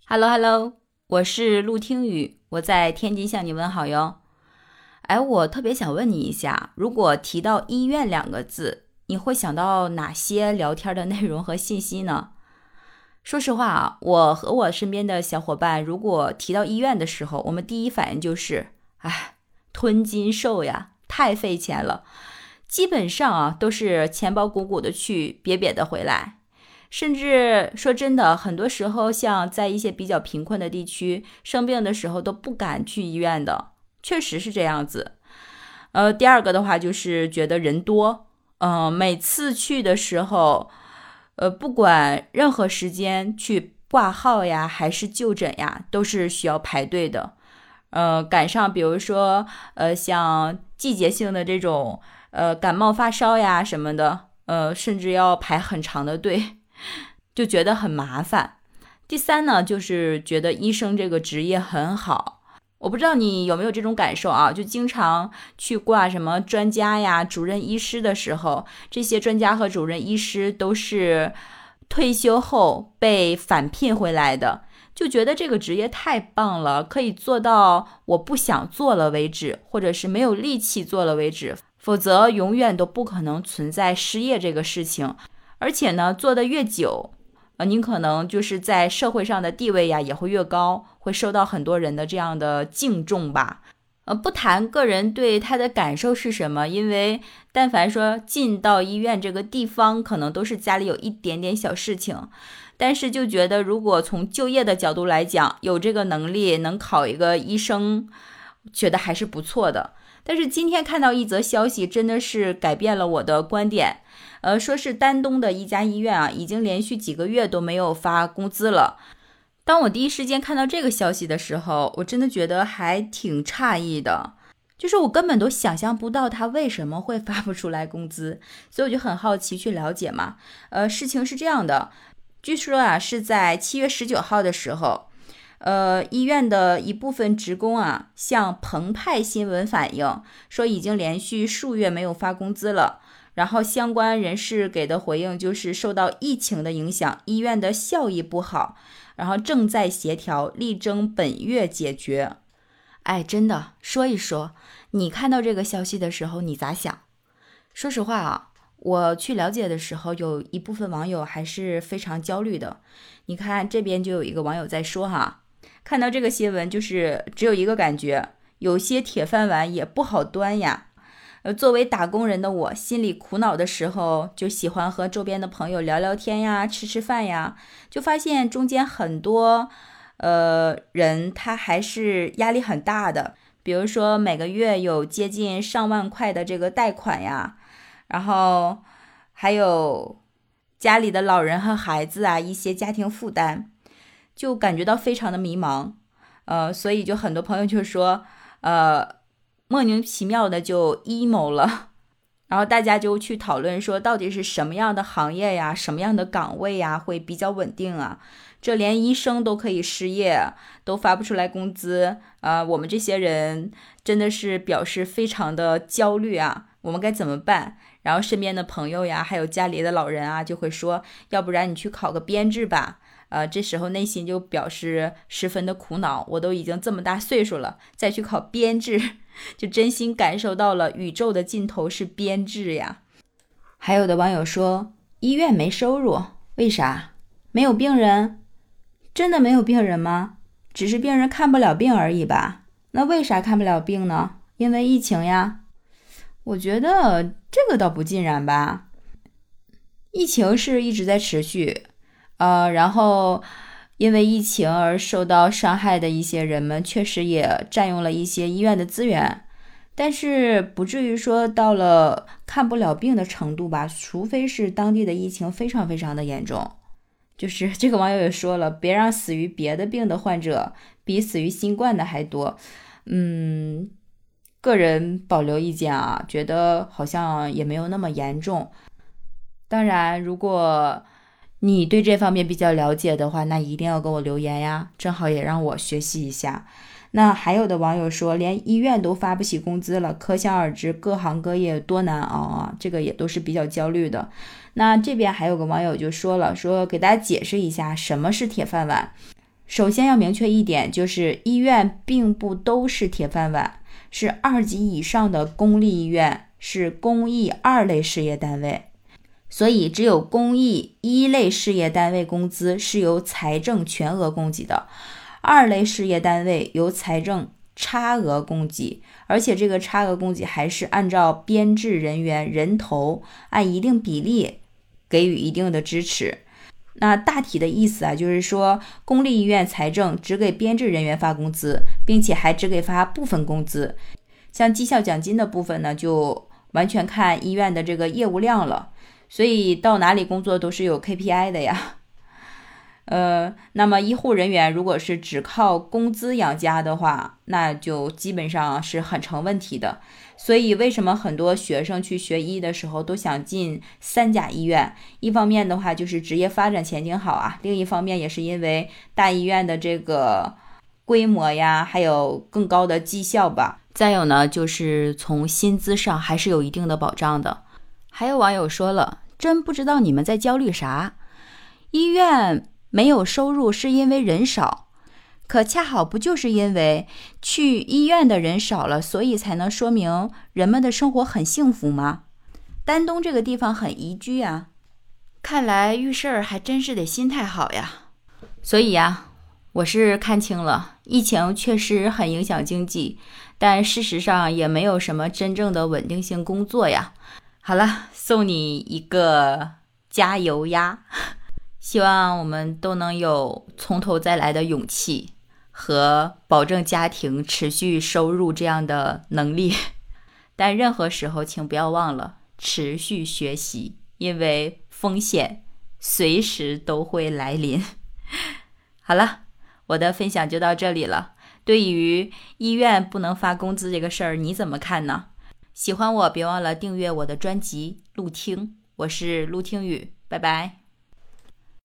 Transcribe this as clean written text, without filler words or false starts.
Hello Hello，我是陆听雨，我在天津向你问好哟。我特别想问你一下，如果提到医院两个字，你会想到哪些聊天的内容和信息呢？说实话啊，我和我身边的小伙伴，如果提到医院的时候，我们第一反应就是，吞金兽呀，太费钱了。基本上啊，都是钱包鼓鼓的去，瘪瘪的回来。甚至说真的，很多时候像在一些比较贫困的地区，生病的时候都不敢去医院的，确实是这样子。第二个的话就是觉得人多，每次去的时候，不管任何时间去挂号呀，还是就诊呀，都是需要排队的。赶上比如说像季节性的这种感冒发烧呀什么的，甚至要排很长的队，就觉得很麻烦。第三呢，就是觉得医生这个职业很好，我不知道你有没有这种感受啊？就经常去挂什么专家呀、主任医师的时候，这些专家和主任医师都是退休后被返聘回来的，就觉得这个职业太棒了，可以做到我不想做了为止，或者是没有力气做了为止，否则永远都不可能存在失业这个事情。而且呢，做得越久，您可能就是在社会上的地位呀也会越高，会受到很多人的这样的敬重吧。不谈个人对他的感受是什么，因为但凡说进到医院这个地方，可能都是家里有一点点小事情，但是就觉得如果从就业的角度来讲，有这个能力能考一个医生，觉得还是不错的。但是今天看到一则消息，真的是改变了我的观点。说是丹东的一家医院啊，已经连续几个月都没有发工资了。当我第一时间看到这个消息的时候，我真的觉得还挺诧异的，就是我根本都想象不到他为什么会发不出来工资，所以我就很好奇去了解嘛。事情是这样的，据说啊是在7月19号的时候，医院的一部分职工啊向澎湃新闻反映，说已经连续数月没有发工资了。然后相关人士给的回应就是受到疫情的影响，医院的效益不好，然后正在协调，力争本月解决。真的说一说，你看到这个消息的时候你咋想？说实话啊，我去了解的时候，有一部分网友还是非常焦虑的。你看这边就有一个网友在说哈，看到这个新闻就是只有一个感觉，有些铁饭碗也不好端呀。作为打工人的我，心里苦恼的时候，就喜欢和周边的朋友聊聊天呀，吃吃饭呀，就发现中间很多人他还是压力很大的，比如说每个月有接近上万块的这个贷款呀，然后还有家里的老人和孩子啊，一些家庭负担，就感觉到非常的迷茫。所以就很多朋友就说，莫名其妙的就 emo 了，然后大家就去讨论说，到底是什么样的行业呀，什么样的岗位呀会比较稳定啊？这连医生都可以失业，都发不出来工资我们这些人真的是表示非常的焦虑啊，我们该怎么办？然后身边的朋友呀，还有家里的老人啊，就会说，要不然你去考个编制吧。这时候内心就表示十分的苦恼，我都已经这么大岁数了，再去考编制，就真心感受到了宇宙的尽头是编制呀。还有的网友说，医院没收入，为啥？没有病人？真的没有病人吗？只是病人看不了病而已吧？那为啥看不了病呢？因为疫情呀。我觉得这个倒不尽然吧。疫情是一直在持续，然后因为疫情而受到伤害的一些人们，确实也占用了一些医院的资源，但是不至于说到了看不了病的程度吧，除非是当地的疫情非常非常的严重。就是这个网友也说了，别让死于别的病的患者比死于新冠的还多。个人保留意见啊，觉得好像也没有那么严重。当然，如果你对这方面比较了解的话，那一定要给我留言呀，正好也让我学习一下。那还有的网友说，连医院都发不起工资了，可想而知各行各业多难熬啊，这个也都是比较焦虑的。那这边还有个网友就说了，说给大家解释一下什么是铁饭碗。 首先要明确一点，就是医院并不都是铁饭碗，是2级以上的公立医院是公益2类事业单位，所以只有公益1类事业单位工资是由财政全额供给的，2类事业单位由财政差额供给，而且这个差额供给还是按照编制人员人头按一定比例给予一定的支持。那大体的意思啊，就是说公立医院财政只给编制人员发工资，并且还只给发部分工资，像绩效奖金的部分呢，就完全看医院的这个业务量了，所以到哪里工作都是有 KPI 的呀。那么医护人员如果是只靠工资养家的话，那就基本上是很成问题的。所以为什么很多学生去学医的时候都想进3甲医院？一方面的话就是职业发展前景好啊，另一方面也是因为大医院的这个规模呀，还有更高的绩效吧。再有呢，就是从薪资上还是有一定的保障的。还有网友说了，真不知道你们在焦虑啥？医院没有收入是因为人少，可恰好不就是因为去医院的人少了，所以才能说明人们的生活很幸福吗？丹东这个地方很宜居啊，看来遇事儿还真是得心态好呀。所以呀，我是看清了，疫情确实很影响经济，但事实上也没有什么真正的稳定性工作呀。好了，送你一个加油呀！希望我们都能有从头再来的勇气和保证家庭持续收入这样的能力。但任何时候请不要忘了持续学习，因为风险随时都会来临。好了，我的分享就到这里了。对于医院不能发工资这个事儿，你怎么看呢？喜欢我别忘了订阅我的专辑陆听，我是陆听雨，拜拜。